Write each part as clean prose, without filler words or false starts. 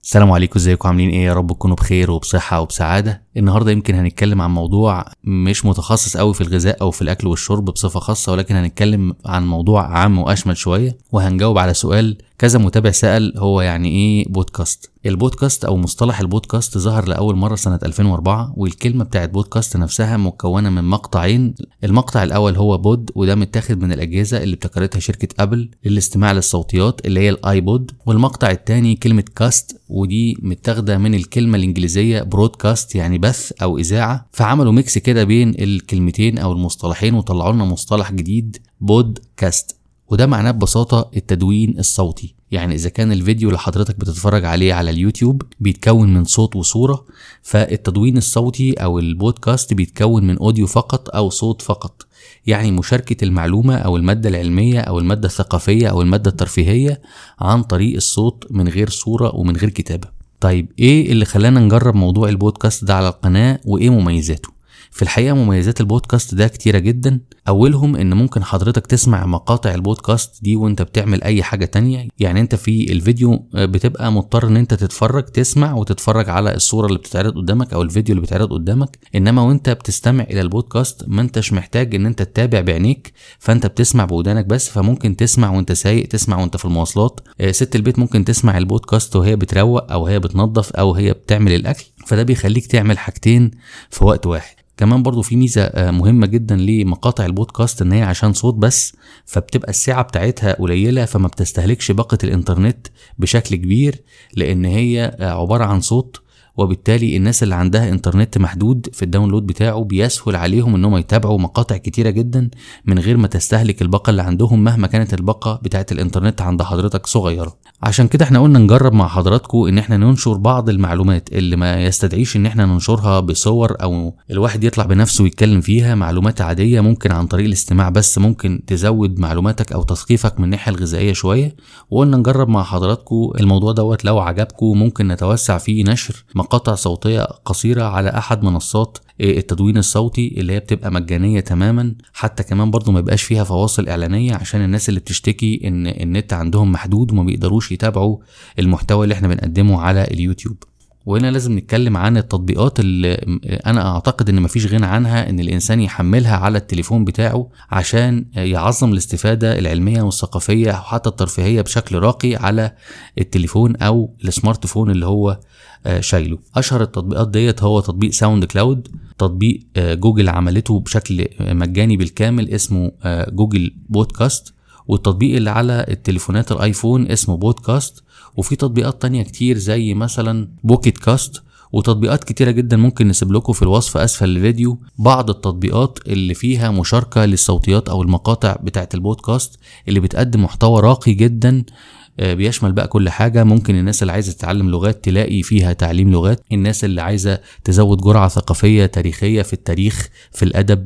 السلام عليكم، ازيكم؟ عاملين ايه؟ يا رب تكونوا بخير وبصحة وبسعادة. النهاردة يمكن هنتكلم عن موضوع مش متخصص قوي في الغذاء او في الاكل والشرب بصفة خاصة، ولكن هنتكلم عن موضوع عام واشمل شوية، وهنجاوب على سؤال كذا متابع سأل، هو يعني ايه بودكاست؟ البودكاست او مصطلح البودكاست ظهر لأول مرة سنة 2004، والكلمة بتاعت بودكاست نفسها مكونة من مقطعين. المقطع الاول هو بود، وده متاخد من الاجهزة اللي ابتكرتها شركة ابل للاستماع للصوتيات اللي هي الايبود. والمقطع الثاني كلمة كاست، ودي متاخدة من الكلمة الانجليزية برودكاست يعني بث او اذاعة، فعملوا ميكس كده بين الكلمتين او المصطلحين وطلعوا لنا مصطلح جديد بودكاست، وده معناه ببساطة التدوين الصوتي. يعني إذا كان الفيديو اللي حضرتك بتتفرج عليه على اليوتيوب بيتكون من صوت وصورة، فالتدوين الصوتي أو البودكاست بيتكون من أوديو فقط أو صوت فقط، يعني مشاركة المعلومة أو المادة العلمية أو المادة الثقافية أو المادة الترفيهية عن طريق الصوت من غير صورة ومن غير كتابة. طيب إيه اللي خلانا نجرب موضوع البودكاست ده على القناة وإيه مميزاته؟ في الحقيقة مميزات البودكاست ده كتيرة جدا. أولهم إن ممكن حضرتك تسمع مقاطع البودكاست دي وانت بتعمل أي حاجة تانية. يعني انت في الفيديو بتبقى مضطر ان انت تسمع وتتفرج على الصورة اللي بتتعرض قدامك أو الفيديو اللي بتتعرض قدامك، إنما وانت بتستمع إلى البودكاست ما انتش محتاج ان انت تتابع بعينيك، فانت بتسمع بودانك بس. فممكن تسمع وانت سايق، تسمع وانت في المواصلات، ست البيت ممكن تسمع البودكاست وهي بتروق أو هي بتنظف أو هي بتعمل الأكل، فده بيخليك تعمل حاجتين في وقت واحد. كمان برضو في ميزة مهمة جدا لمقاطع البودكاست، ان هي عشان صوت بس فبتبقى السعة بتاعتها قليلة، فما بتستهلكش باقة الانترنت بشكل كبير، لان هي عبارة عن صوت، وبالتالي الناس اللي عندها انترنت محدود في الداونلود بتاعه بيسهل عليهم انهم يتابعوا مقاطع كتيرة جدا من غير ما تستهلك الباقة اللي عندهم مهما كانت الباقة بتاعت الانترنت عند حضرتك صغيرة. عشان كده احنا قلنا نجرب مع حضراتكم ان احنا ننشر بعض المعلومات اللي ما يستدعيش ان احنا ننشرها بصور او الواحد يطلع بنفسه ويتكلم فيها، معلومات عادية ممكن عن طريق الاستماع بس ممكن تزود معلوماتك او تثقيفك من الناحية الغذائية شوية. وقلنا نجرب مع حضراتكم الموضوع دوت، لو عجبكم ممكن نتوسع فيه نشر مقاطع صوتية قصيرة على احد منصات التدوين الصوتي اللي هي بتبقى مجانية تماما، حتى كمان برضو ما يبقاش فيها فواصل اعلانية عشان الناس اللي بتشتكي ان النت عندهم محدود وما بيقدروش يتابعوا المحتوى اللي احنا بنقدمه على اليوتيوب. وهنا لازم نتكلم عن التطبيقات اللي انا اعتقد ان مفيش غنى عنها ان الانسان يحملها على التليفون بتاعه عشان يعظم الاستفادة العلمية والثقافية وحتى الترفيهية بشكل راقي على التليفون او السمارت فون اللي هو شايله. اشهر التطبيقات ديت هو تطبيق ساوند كلاود، تطبيق جوجل عملته بشكل مجاني بالكامل اسمه جوجل بودكاست، والتطبيق اللي على التليفونات الايفون اسمه بودكاست، وفي تطبيقات تانية كتير زي مثلا بوكيت كاست، وتطبيقات كتيرة جدا ممكن نسيب لكم في الوصف اسفل الفيديو بعض التطبيقات اللي فيها مشاركة للصوتيات او المقاطع بتاعت البودكاست اللي بتقدم محتوى راقي جدا بيشمل بقى كل حاجة. ممكن الناس اللي عايزة تتعلم لغات تلاقي فيها تعليم لغات، الناس اللي عايزة تزود جرعة ثقافية تاريخية في التاريخ في الأدب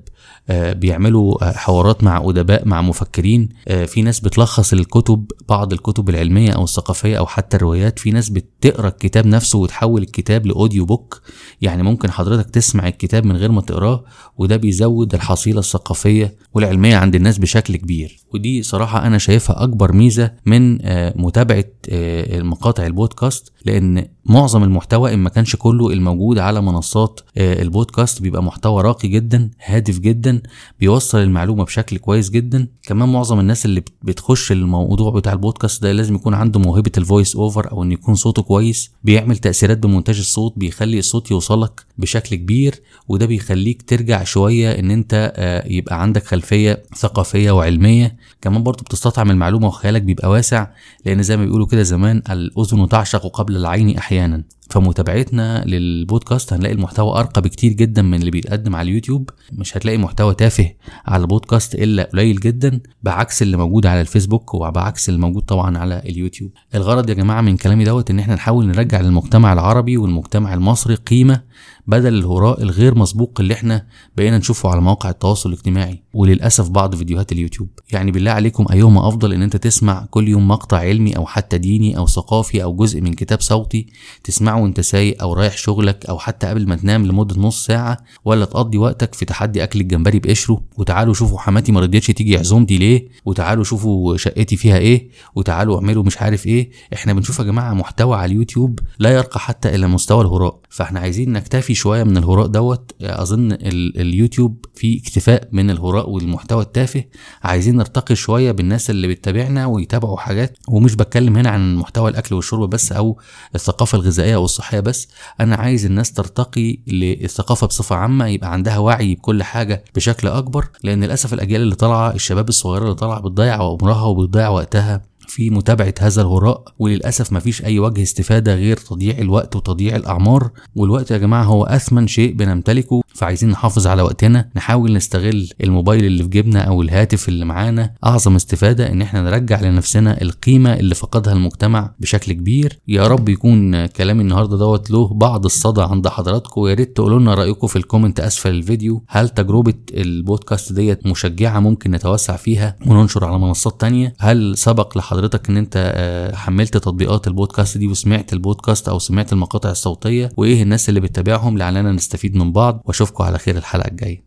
بيعملوا حوارات مع أدباء مع مفكرين، في ناس بتلخص الكتب، بعض الكتب العلمية أو الثقافية أو حتى الروايات، في ناس بتقرأ الكتاب نفسه وتحول الكتاب لأوديو بوك، يعني ممكن حضرتك تسمع الكتاب من غير ما تقراه، وده بيزود الحصيلة الثقافية والعلمية عند الناس بشكل كبير. ودي صراحة أنا شايفها أكبر ميزة من متابعة المقاطع البودكاست، لأن معظم المحتوى إن ما كانش كله الموجود على منصات البودكاست بيبقى محتوى راقي جدا هادف جدا بيوصل المعلومة بشكل كويس جدا. كمان معظم الناس اللي بتخش الموضوع بتاع البودكاست ده لازم يكون عنده موهبة الفويس اوفر او ان يكون صوته كويس، بيعمل تأثيرات بمونتاج الصوت بيخلي الصوت يوصلك بشكل كبير، وده بيخليك ترجع شوية ان انت يبقى عندك خلفية ثقافية وعلمية. كمان برضو بتستطعم المعلومة وخيالك بيبقى واسع، لان زي ما بيقولوا كده زمان الأذن تعشق قبل العين احيانا. فمتابعتنا للبودكاست هنلاقي المحتوى أرقى بكتير جدا من اللي بيتقدم على اليوتيوب، مش هتلاقي محتوى تافه على البودكاست إلا قليل جدا، بعكس اللي موجود على الفيسبوك وبعكس اللي موجود طبعا على اليوتيوب. الغرض يا جماعة من كلامي دوت إن احنا نحاول نرجع للمجتمع العربي والمجتمع المصري قيمة بدل الهراء الغير مسبوق اللي احنا بقينا نشوفه على مواقع التواصل الاجتماعي وللاسف بعض فيديوهات اليوتيوب. يعني بالله عليكم ايهما افضل، ان انت تسمع كل يوم مقطع علمي او حتى ديني او ثقافي او جزء من كتاب صوتي تسمعه وانت سايق او رايح شغلك او حتى قبل ما تنام لمده نص ساعه، ولا تقضي وقتك في تحدي اكل الجمبري بقشره، وتعالوا شوفوا حماتي ما رضيتش تيجي عزومتي ليه، وتعالوا شوفوا شقتي فيها ايه، وتعالوا اعملوا مش عارف ايه. احنا بنشوف يا جماعه محتوى على اليوتيوب لا يرقى حتى الى مستوى الهراء، فاحنا عايزين نكتفي شويه من الهراء دوت. اظن اليوتيوب في اكتفاء من الهراء والمحتوى التافه، عايزين نرتقي شويه بالناس اللي بتتابعنا ويتابعوا حاجات. ومش بتكلم هنا عن محتوى الاكل والشرب بس او الثقافه الغذائيه او الصحيه بس، انا عايز الناس ترتقي للثقافه بصفه عامه، يبقى عندها وعي بكل حاجه بشكل اكبر. لان للاسف الاجيال اللي طالعه، الشباب الصغيره اللي طالعه بتضيع عمرها وبتضيع وقتها في متابعة هذا الهراء، وللأسف مفيش أي وجه استفادة غير تضييع الوقت وتضييع الأعمار. والوقت يا جماعة هو أثمن شيء بنمتلكه، فعايزين نحافظ على وقتنا، نحاول نستغل الموبايل اللي في جيبنا أو الهاتف اللي معانا أعظم استفادة، إن احنا نرجع لنفسنا القيمة اللي فقدها المجتمع بشكل كبير. يا رب يكون كلامي النهاردة دوت له بعض الصدى عند حضراتكم، ويا ريت تقولوا لنا رأيكم في الكومنت أسفل الفيديو. هل تجربة البودكاست ديت مشجعة ممكن نتوسع فيها وننشر على منصات تانية؟ هل سبق حضرتك ان انت حملت تطبيقات البودكاست دي وسمعت البودكاست او سمعت المقاطع الصوتية؟ وايه الناس اللي بتتابعهم لعلنا نستفيد من بعض؟ واشوفكم على خير الحلقة الجاية.